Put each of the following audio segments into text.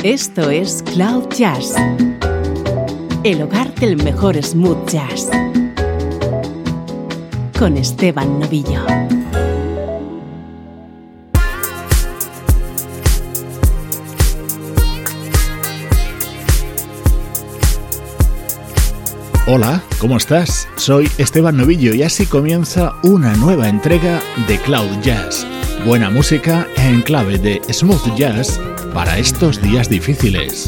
Esto es Cloud Jazz, el hogar del mejor smooth jazz, con Esteban Novillo. Hola, ¿cómo estás? Soy Esteban Novillo y así comienza una nueva entrega de Cloud Jazz. Buena música en clave de smooth jazz para estos días difíciles.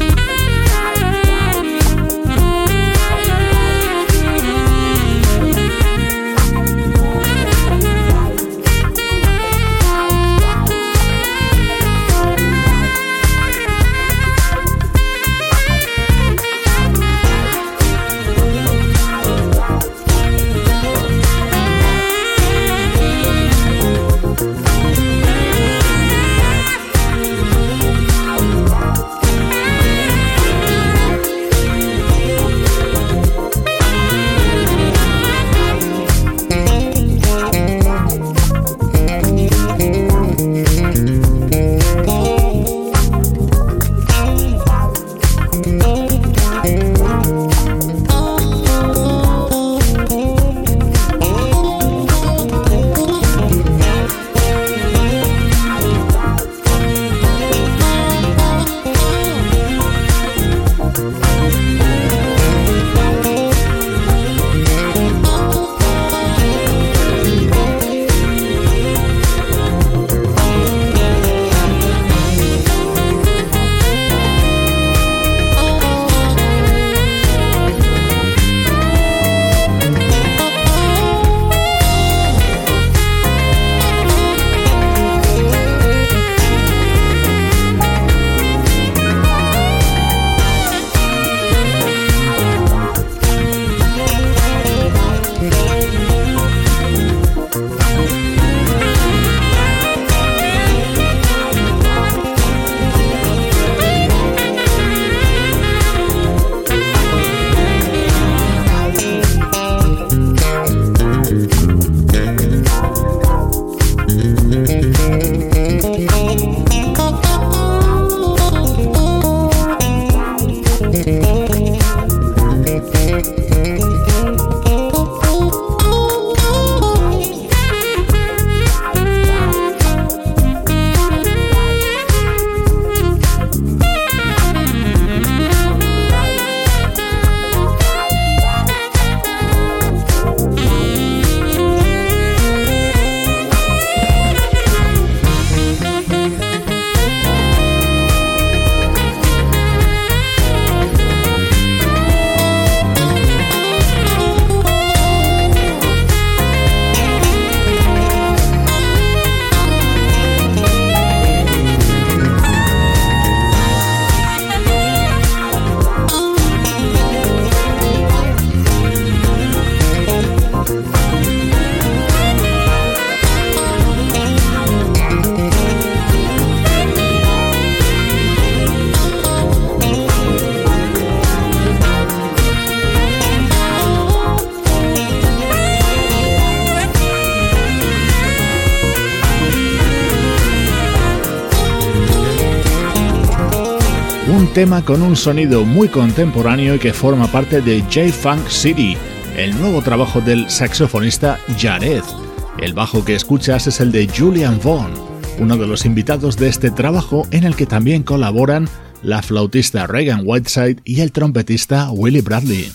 Un tema con un sonido muy contemporáneo y que forma parte de J-Funk City, el nuevo trabajo del saxofonista Jared. El bajo que escuchas es el de Julian Vaughn, uno de los invitados de este trabajo en el que también colaboran la flautista Regan Whiteside y el trompetista Willie Bradley.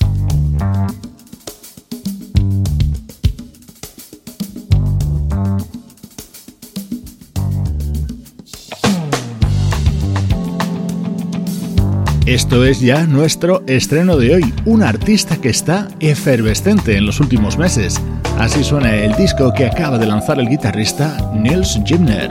Esto es ya nuestro estreno de hoy, un artista que está efervescente en los últimos meses. Así suena el disco que acaba de lanzar el guitarrista Nils Gimner.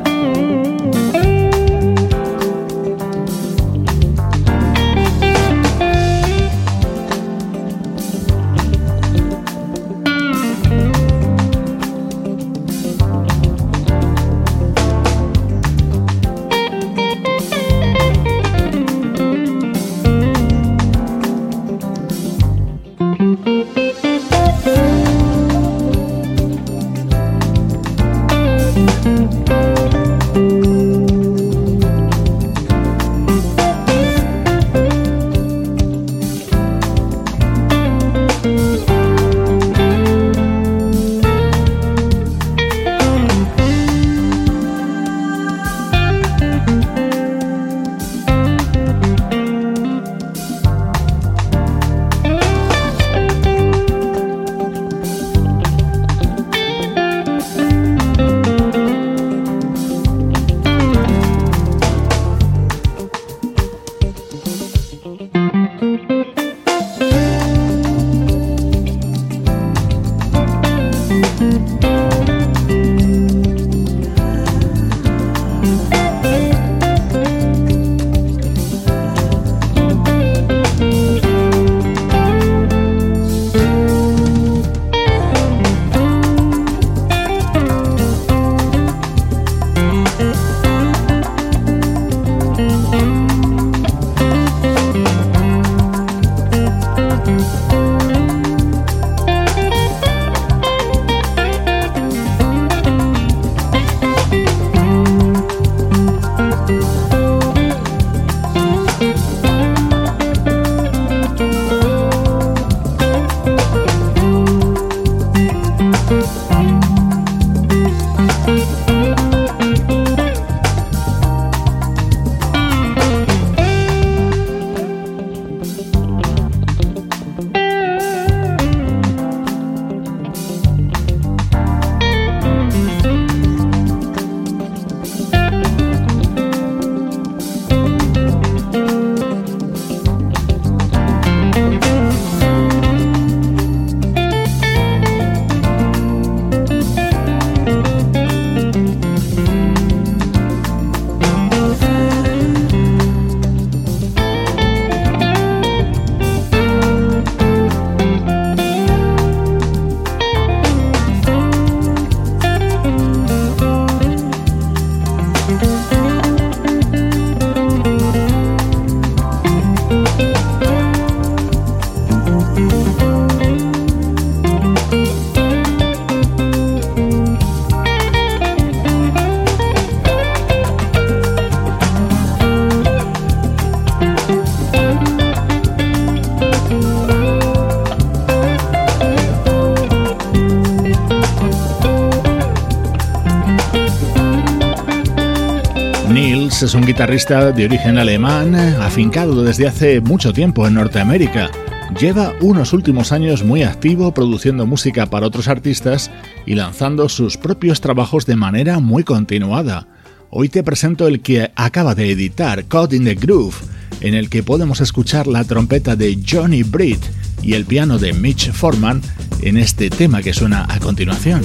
Nils es un guitarrista de origen alemán, afincado desde hace mucho tiempo en Norteamérica. Lleva unos últimos años muy activo produciendo música para otros artistas y lanzando sus propios trabajos de manera muy continuada. Hoy te presento el que acaba de editar, Caught in the Groove, en el que podemos escuchar la trompeta de Johnny Britt y el piano de Mitch Foreman en este tema que suena a continuación.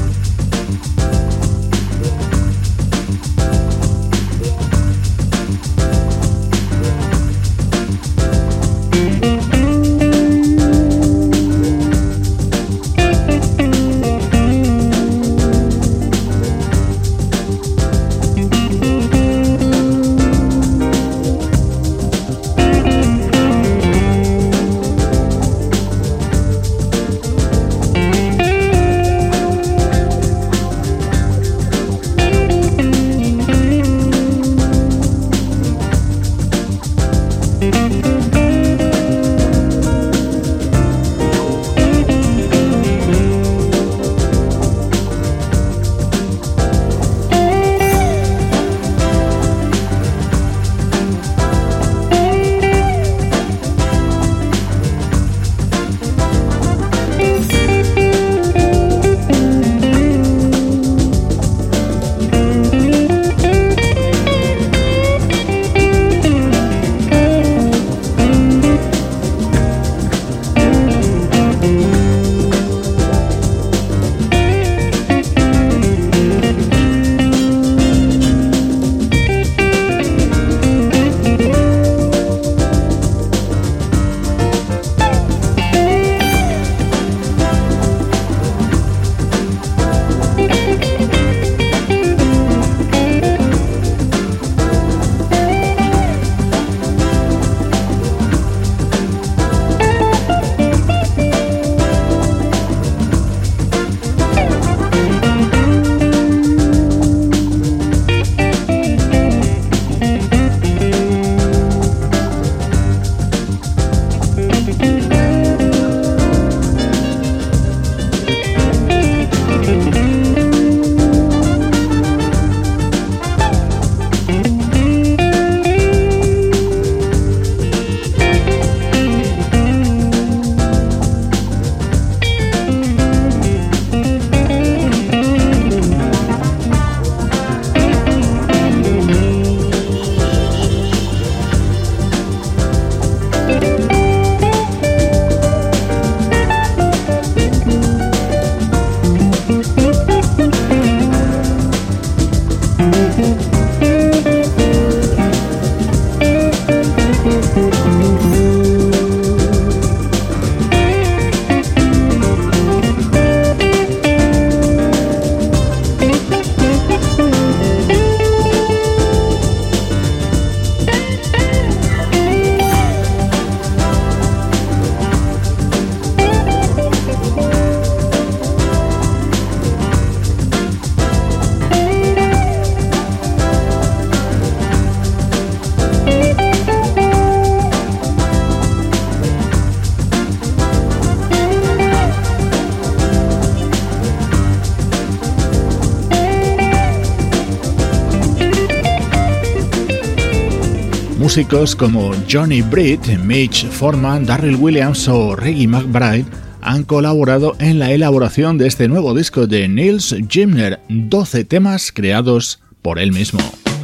Músicos como Johnny Britt, Mitch Foreman, Darryl Williams o Reggie McBride han colaborado en la elaboración de este nuevo disco de Nils Gimner, 12 temas creados por él mismo.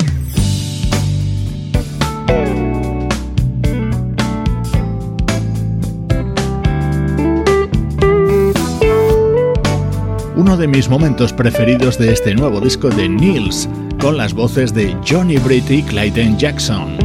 Uno de mis momentos preferidos de este nuevo disco de Nils, con las voces de Johnny Britt y Clayton Jackson.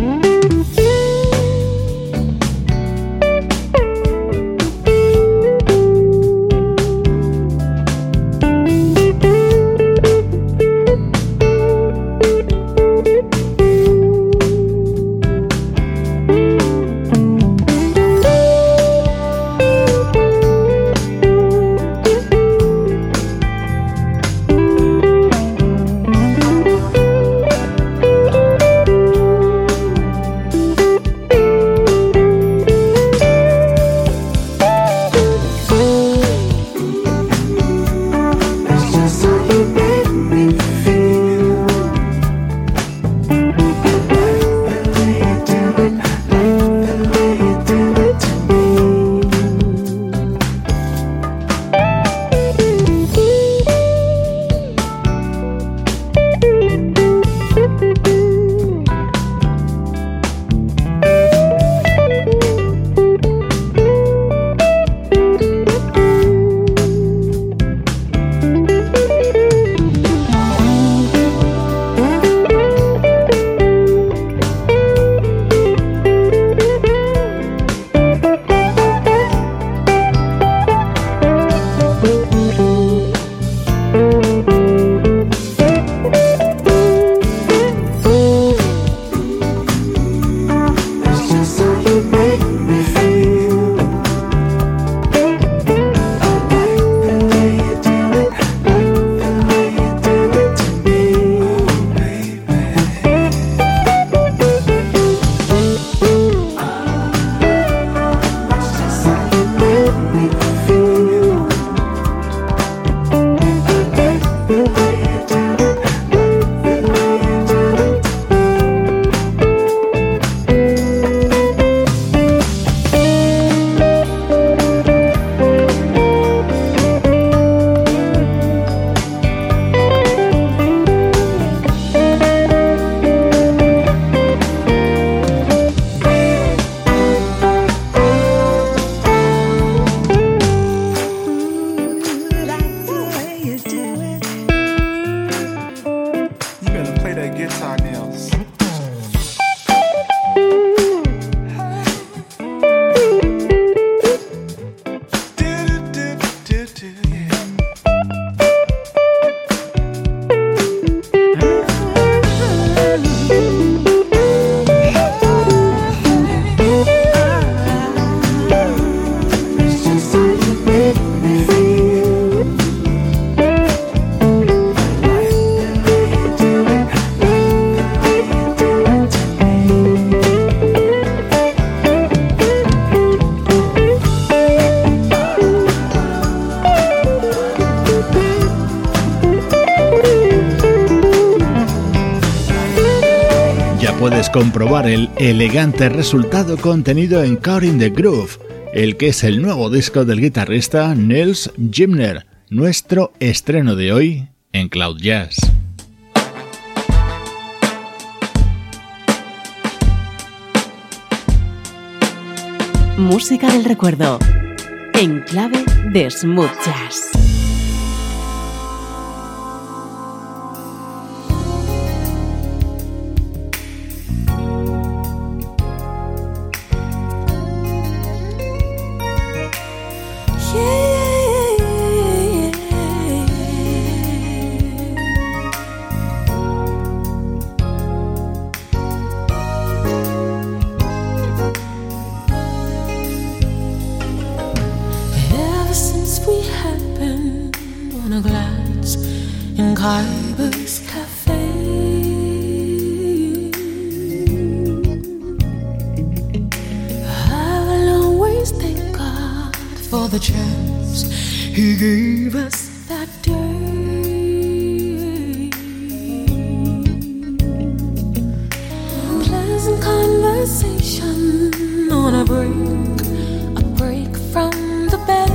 puedes comprobar el elegante resultado contenido en Caught in the Groove, el que es el nuevo disco del guitarrista Nils Gimner, nuestro estreno de hoy en Cloud Jazz. Música del recuerdo, en clave de smooth jazz. Kaiba's Cafe. I will always thank God for the chance He gave us that day. Pleasant conversation on a break from the bed.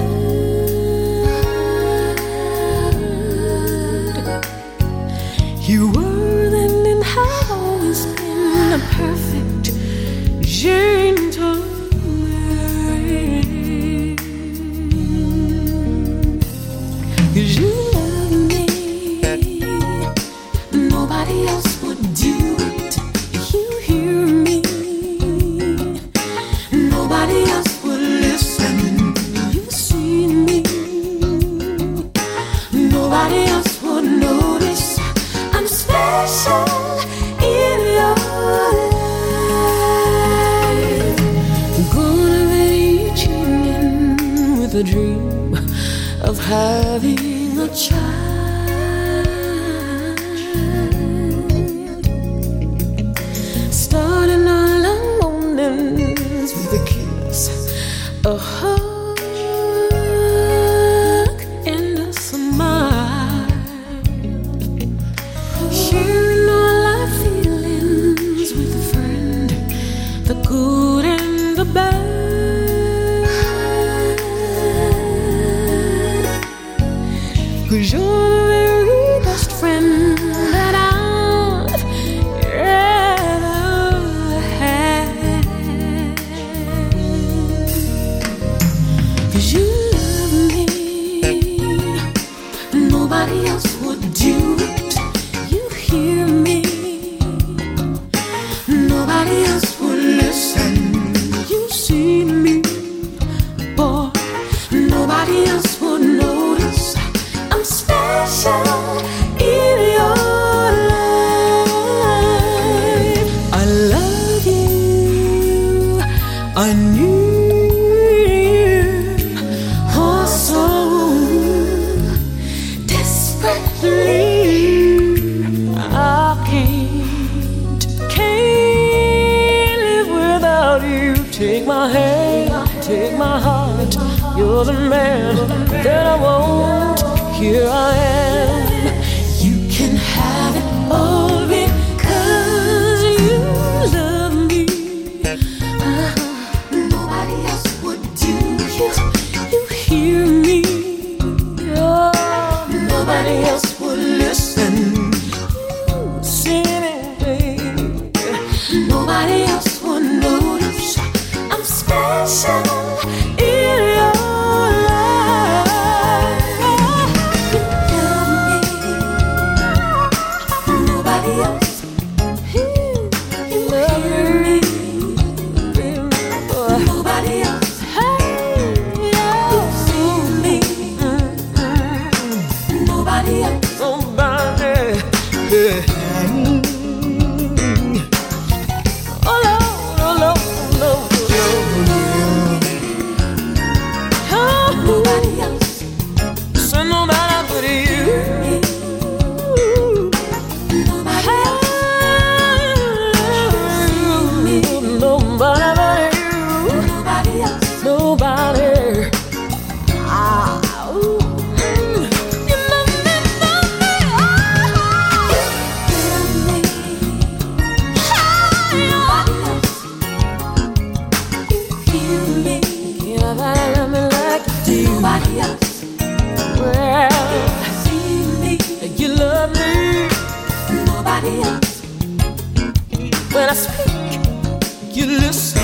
You were then and have always been a perfect gentleman. 'Cause you love me, nobody else would do it. You hear me, nobody else would listen. You see me, nobody else would notice. I'm special in your life. Gonna bed each evening with a dream of having a child. Starting all our mornings with a kiss, a hug, and a smile. Sharing all our feelings with a friend, the good and the bad. 'Cause you're the very best friend that I've ever had. 'Cause you love me, nobody else would do it. You hear me, nobody else would listen. You see me, boy, nobody else would notice. I'm special in your life. I love you, I need you, oh so desperately. I can't live without you. Take my hand, take my heart. You're the man that I want. Here I am. You can have it all because you love me. Nobody else would do it. You hear me. Oh, nobody else would listen. Singing, baby. Nobody else would notice. I'm special in your life. You love me. Nobody else. You love me. Nobody else. You see me. Nobody else. Nobody. Oh Lord, oh Lord, oh Lord. Nobody else. So nobody but you. Nobody else. Nobody but you. Nobody else. Nobody. You love me, love me. You love me. I speak, you listen.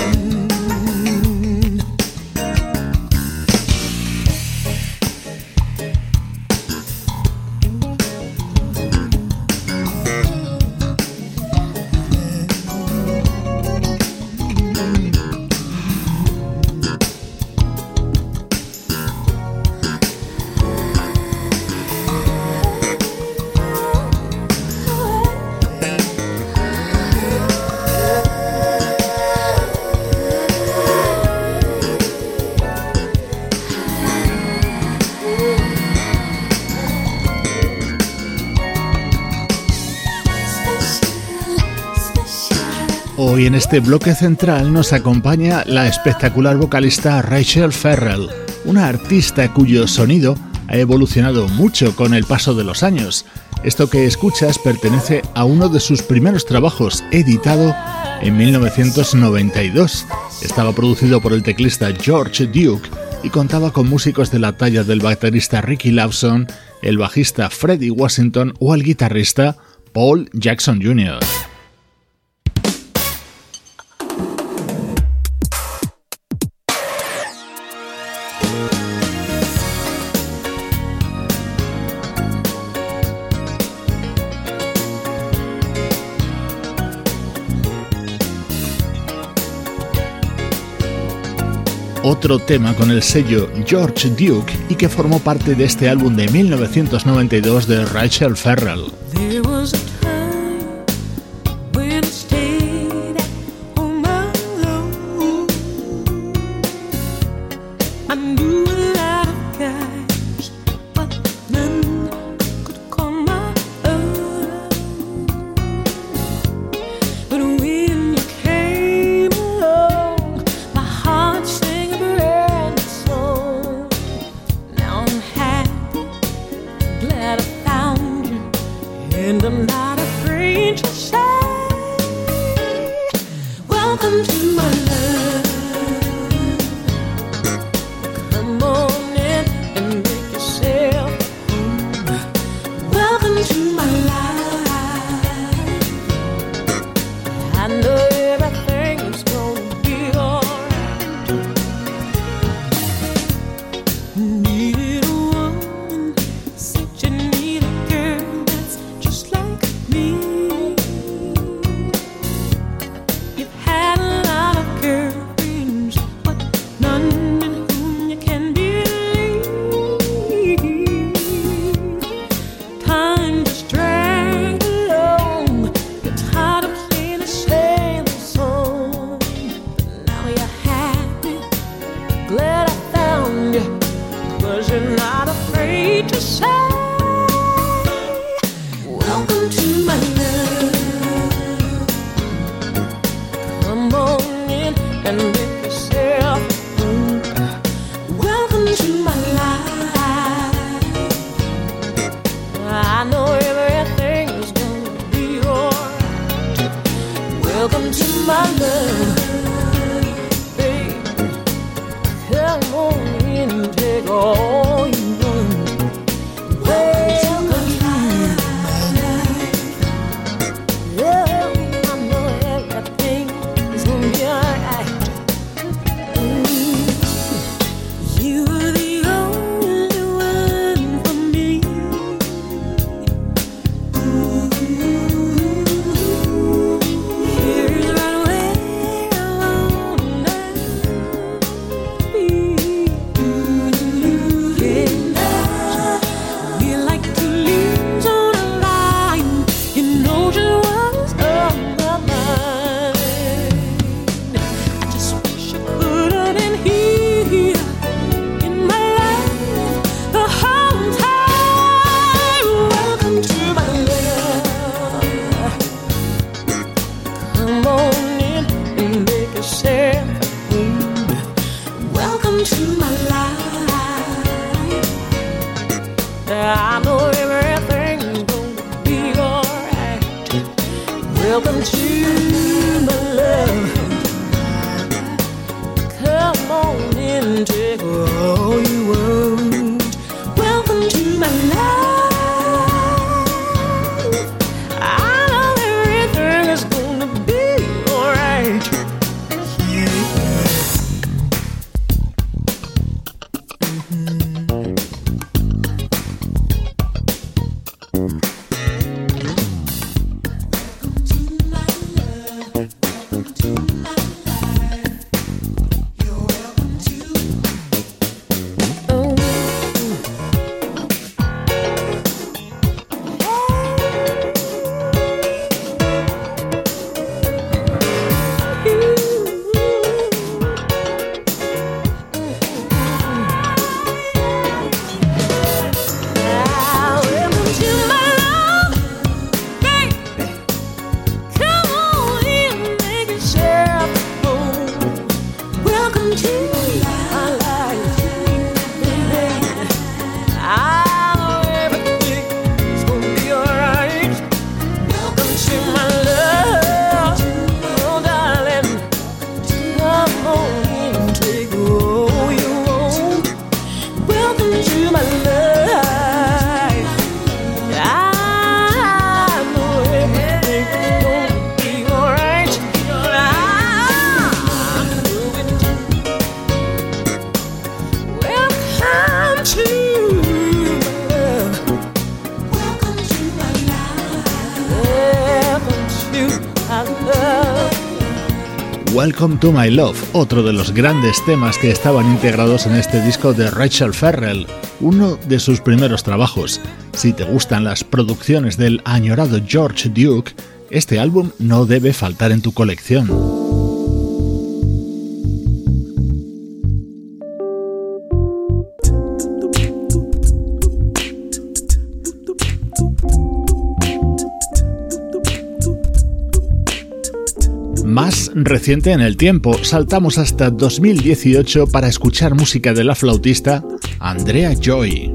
Hoy en este bloque central nos acompaña la espectacular vocalista Rachel Ferrell, una artista cuyo sonido ha evolucionado mucho con el paso de los años. Esto que escuchas pertenece a uno de sus primeros trabajos, editado en 1992. Estaba producido por el teclista George Duke y contaba con músicos de la talla del baterista Ricky Lawson, el bajista Freddie Washington o el guitarrista Paul Jackson Jr. Otro tema con el sello George Duke y que formó parte de este álbum de 1992 de Rachel Ferrell. Welcome to my love. Come on in, take all you want. Welcome to my life. I know everything is gonna be Welcome to My Love, otro de los grandes temas que estaban integrados en este disco de Rachel Ferrell, uno de sus primeros trabajos. Si te gustan las producciones del añorado George Duke, este álbum no debe faltar en tu colección. Más reciente en el tiempo, saltamos hasta 2018 para escuchar música de la flautista Andrea Joy.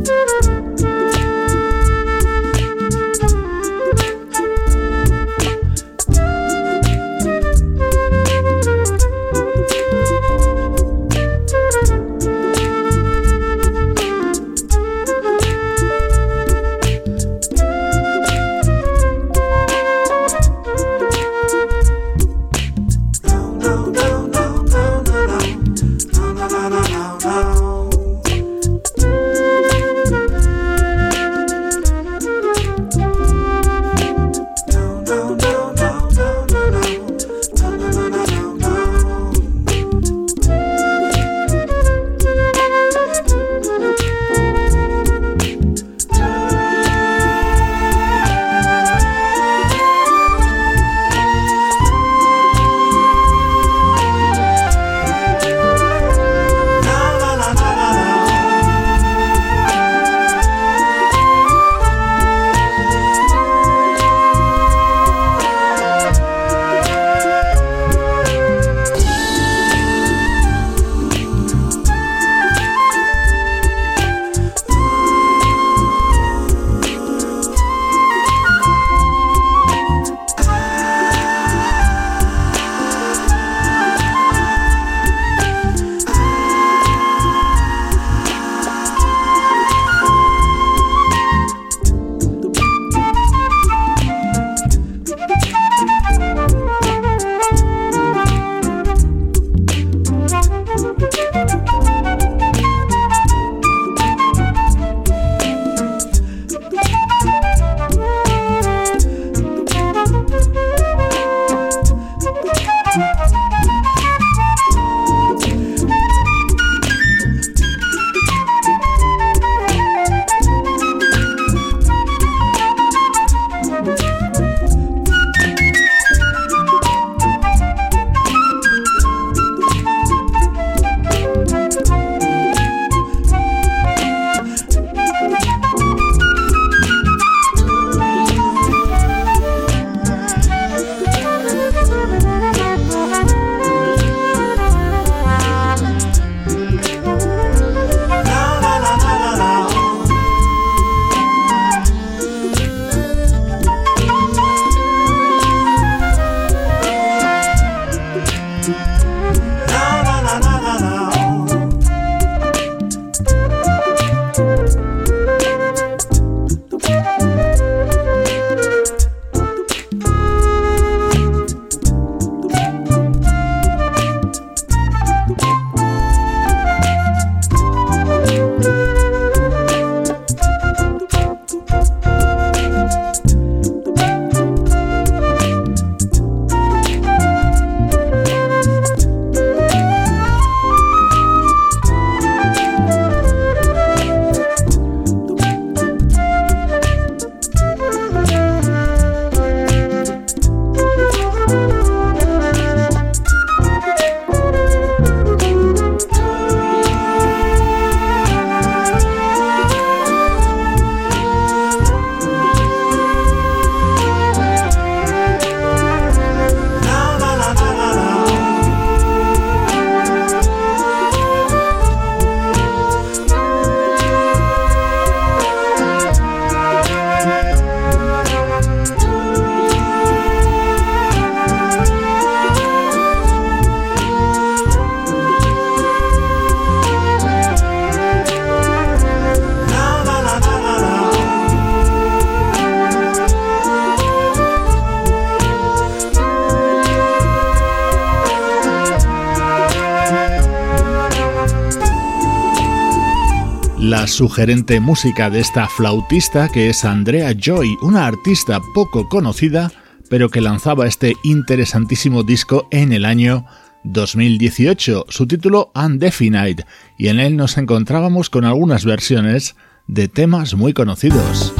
la sugerente música de esta flautista que es Andrea Joy, una artista poco conocida, pero que lanzaba este interesantísimo disco en el año 2018, su título Undefined, y en él nos encontrábamos con algunas versiones de temas muy conocidos.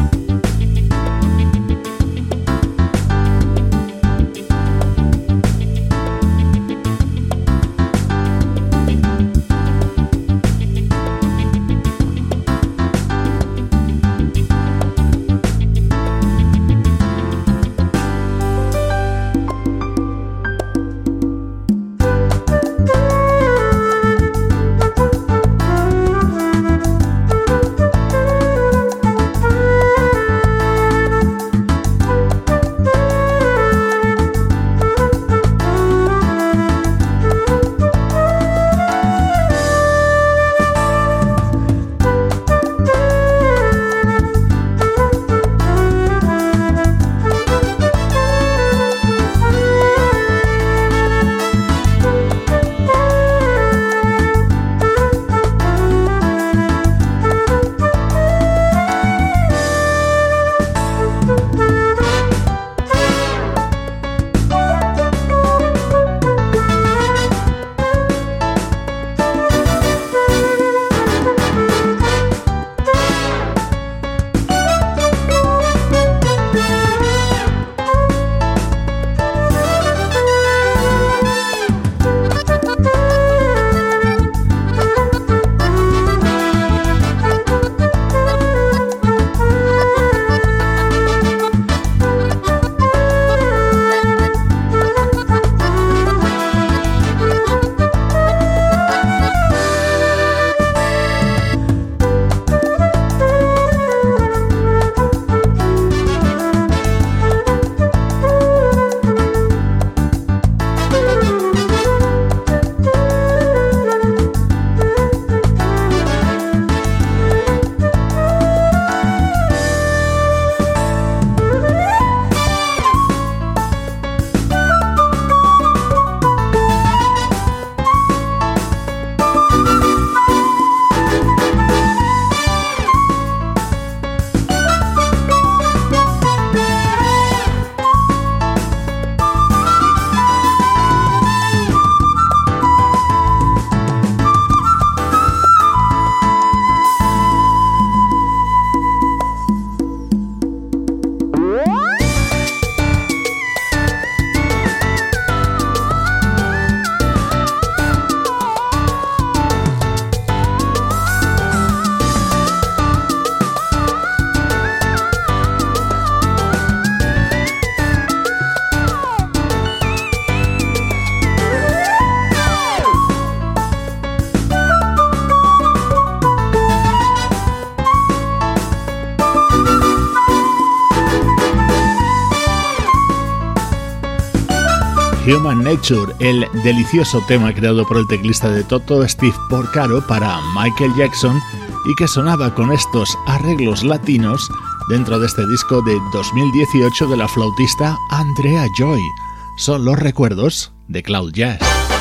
Human Nature, el delicioso tema creado por el teclista de Toto, Steve Porcaro, para Michael Jackson y que sonaba con estos arreglos latinos dentro de este disco de 2018 de la flautista Andrea Joy. Son los recuerdos de Cloud Jazz.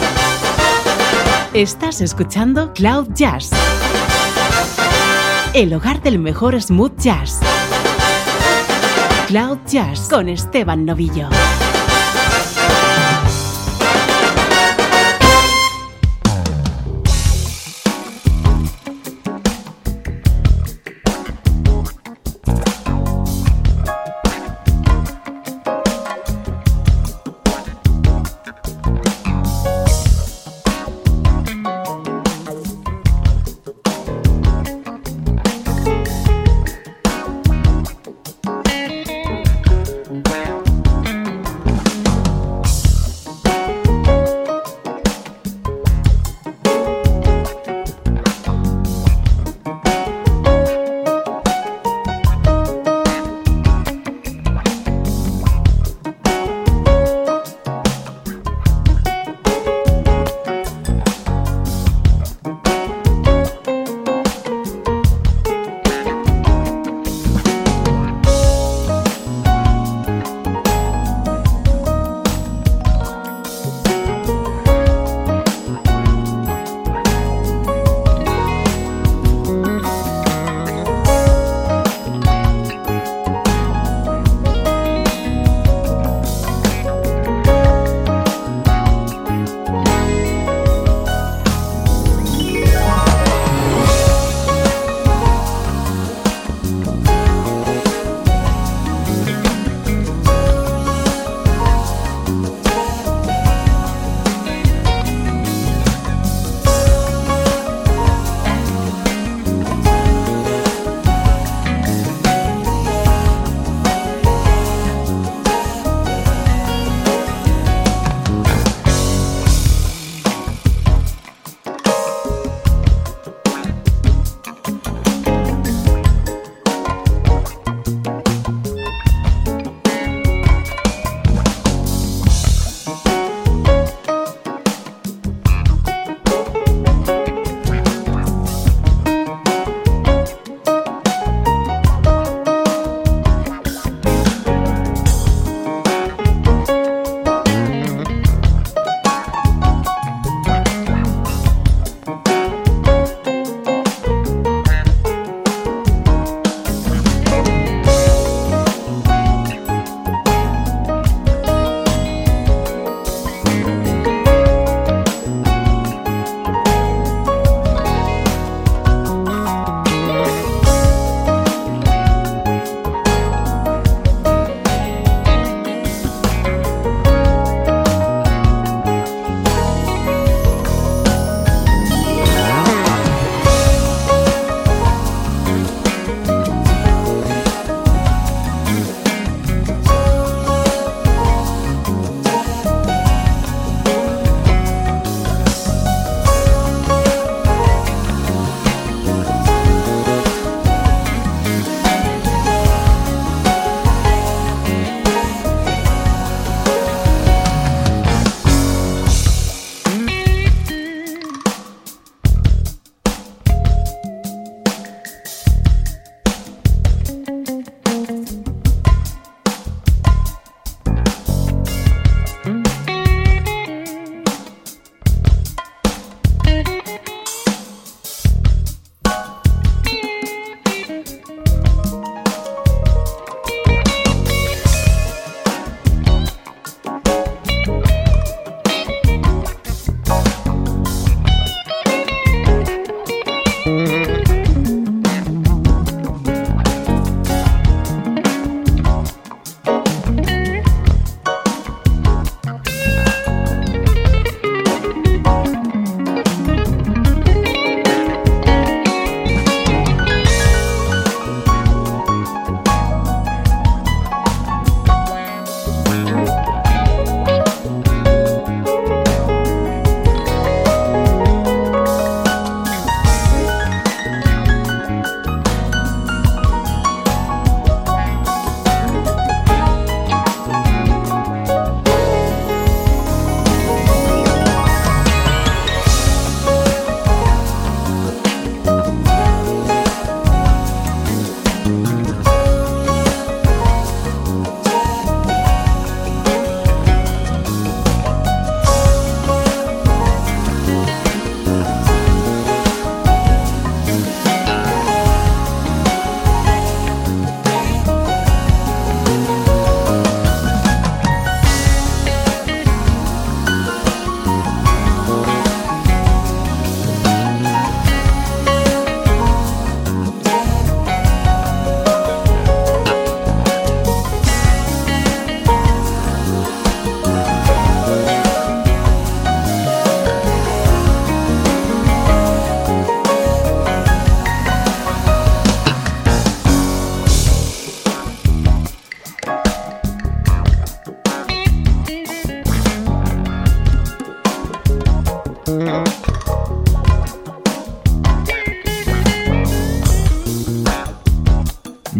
Estás escuchando Cloud Jazz, el hogar del mejor smooth jazz. Cloud Jazz con Esteban Novillo.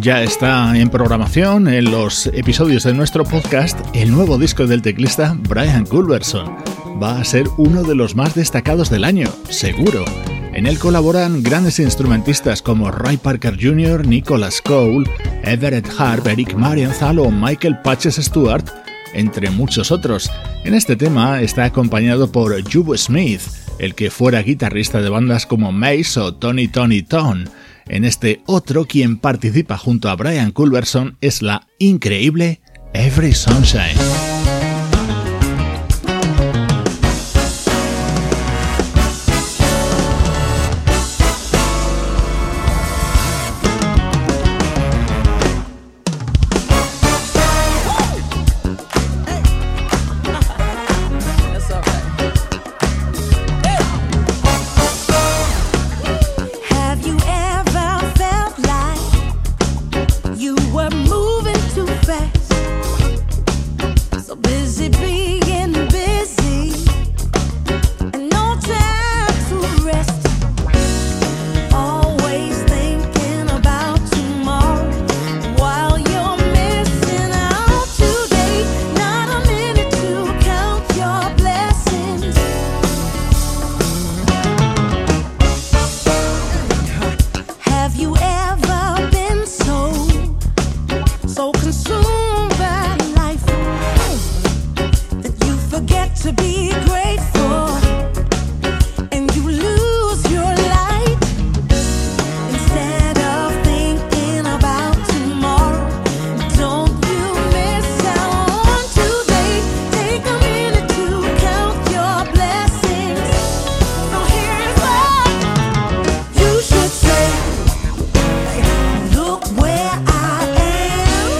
Ya está en programación en los episodios de nuestro podcast el nuevo disco del teclista Brian Culberson. Va a ser uno de los más destacados del año, seguro. En él colaboran grandes instrumentistas como Ray Parker Jr., Nicholas Cole, Everett Harp, Eric Marienthal o Michael Patches Stewart, entre muchos otros. En este tema está acompañado por Jubo Smith, el que fuera guitarrista de bandas como Mace o Tony Tone. En este otro, quien participa junto a Brian Culberson es la increíble Every Sunshine.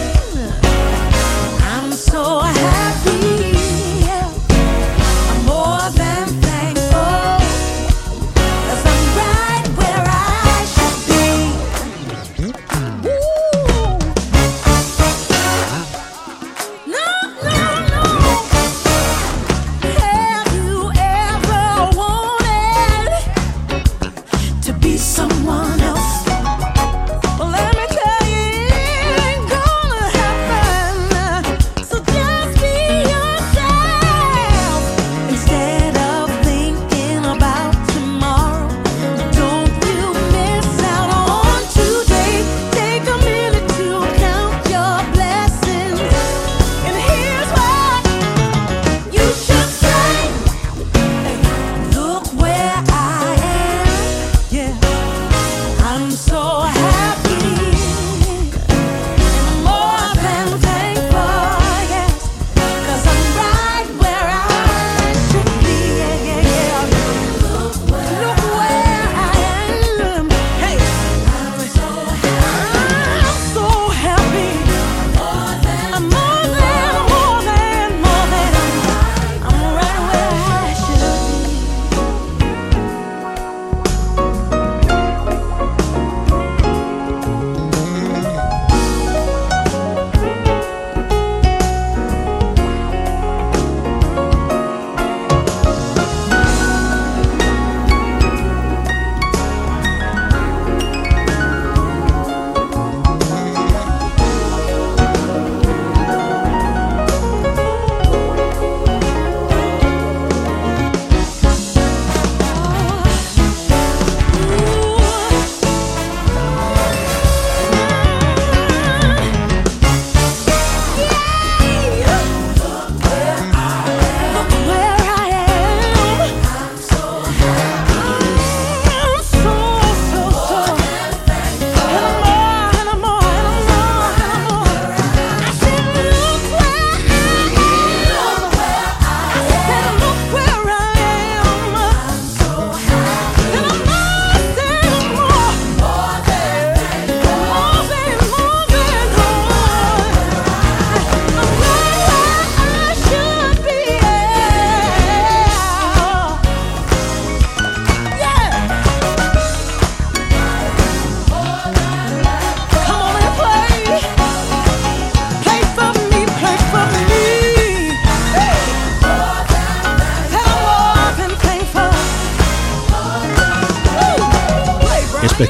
I'm more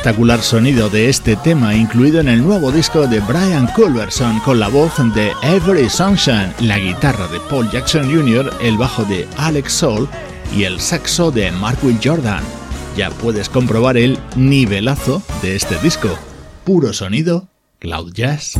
espectacular sonido de este tema incluido en el nuevo disco de Brian Culberson con la voz de Avery Sunshine, la guitarra de Paul Jackson Jr., el bajo de Alex Soul y el saxo de Mark Will Jordan. Ya puedes comprobar el nivelazo de este disco. Puro sonido, Cloud Jazz.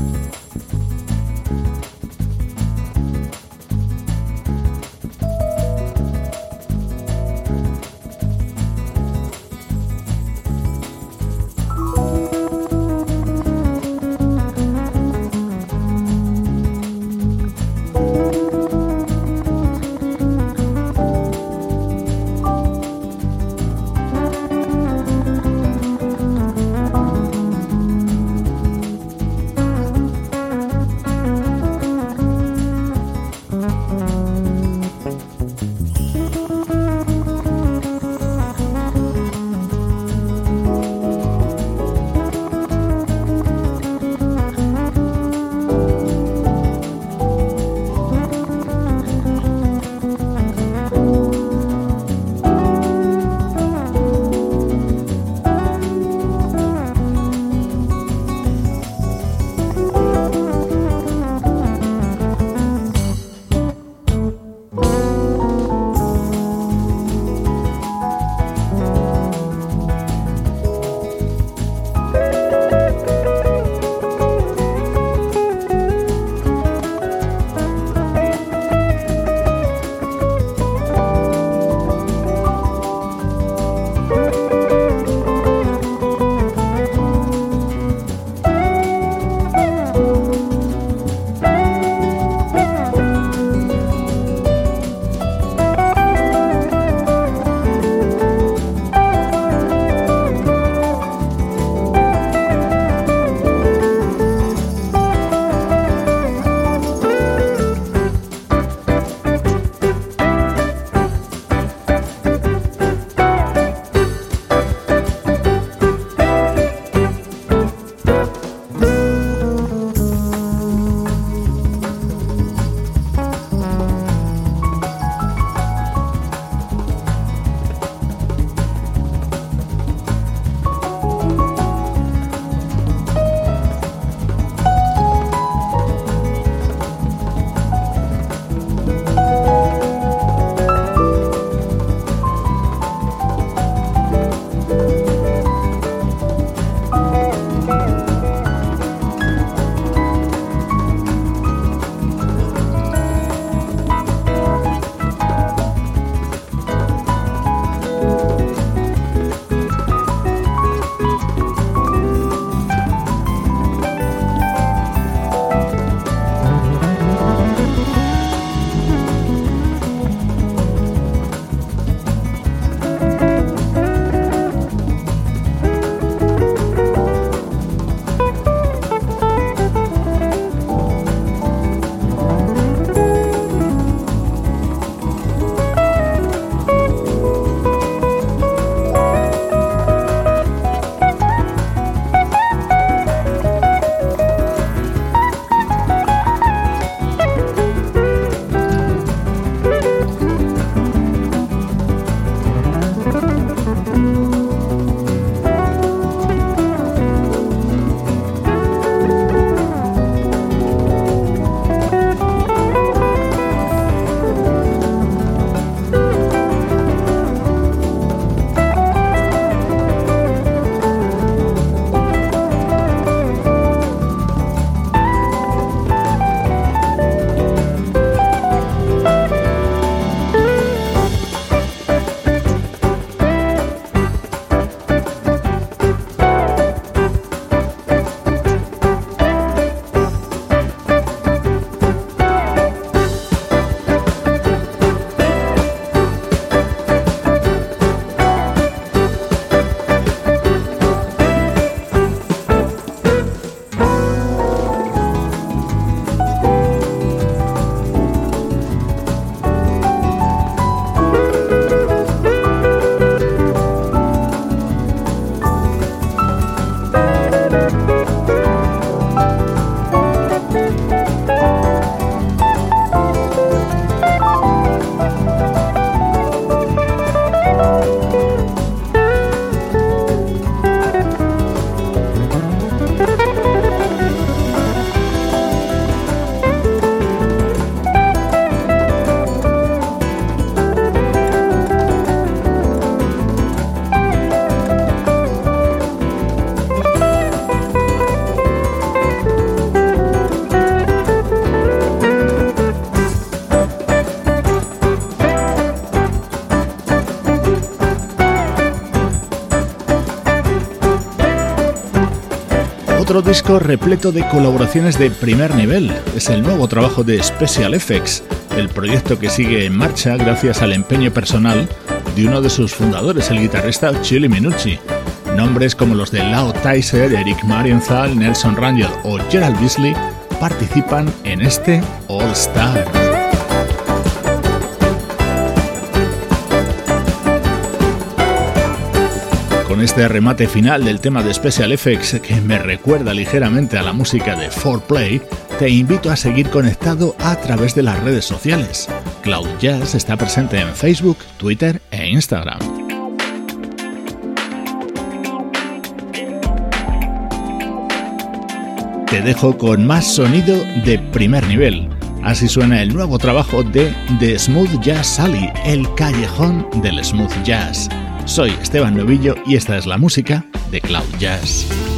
Otro disco repleto de colaboraciones de primer nivel es el nuevo trabajo de Special Effects, el proyecto que sigue en marcha gracias al empeño personal de uno de sus fundadores, el guitarrista Chili Minucci. Nombres como los de Lao Tyser, Eric Marienthal, Nelson Rangel o Gerald Beasley participan en este All Star. Con este remate final del tema de Special Effects, que me recuerda ligeramente a la música de 4Play, te invito a seguir conectado a través de las redes sociales. Cloud Jazz está presente en Facebook, Twitter e Instagram. Te dejo con más sonido de primer nivel. Así suena el nuevo trabajo de The Smooth Jazz Alley, el callejón del smooth jazz. Soy Esteban Novillo y esta es la música de Cloud Jazz.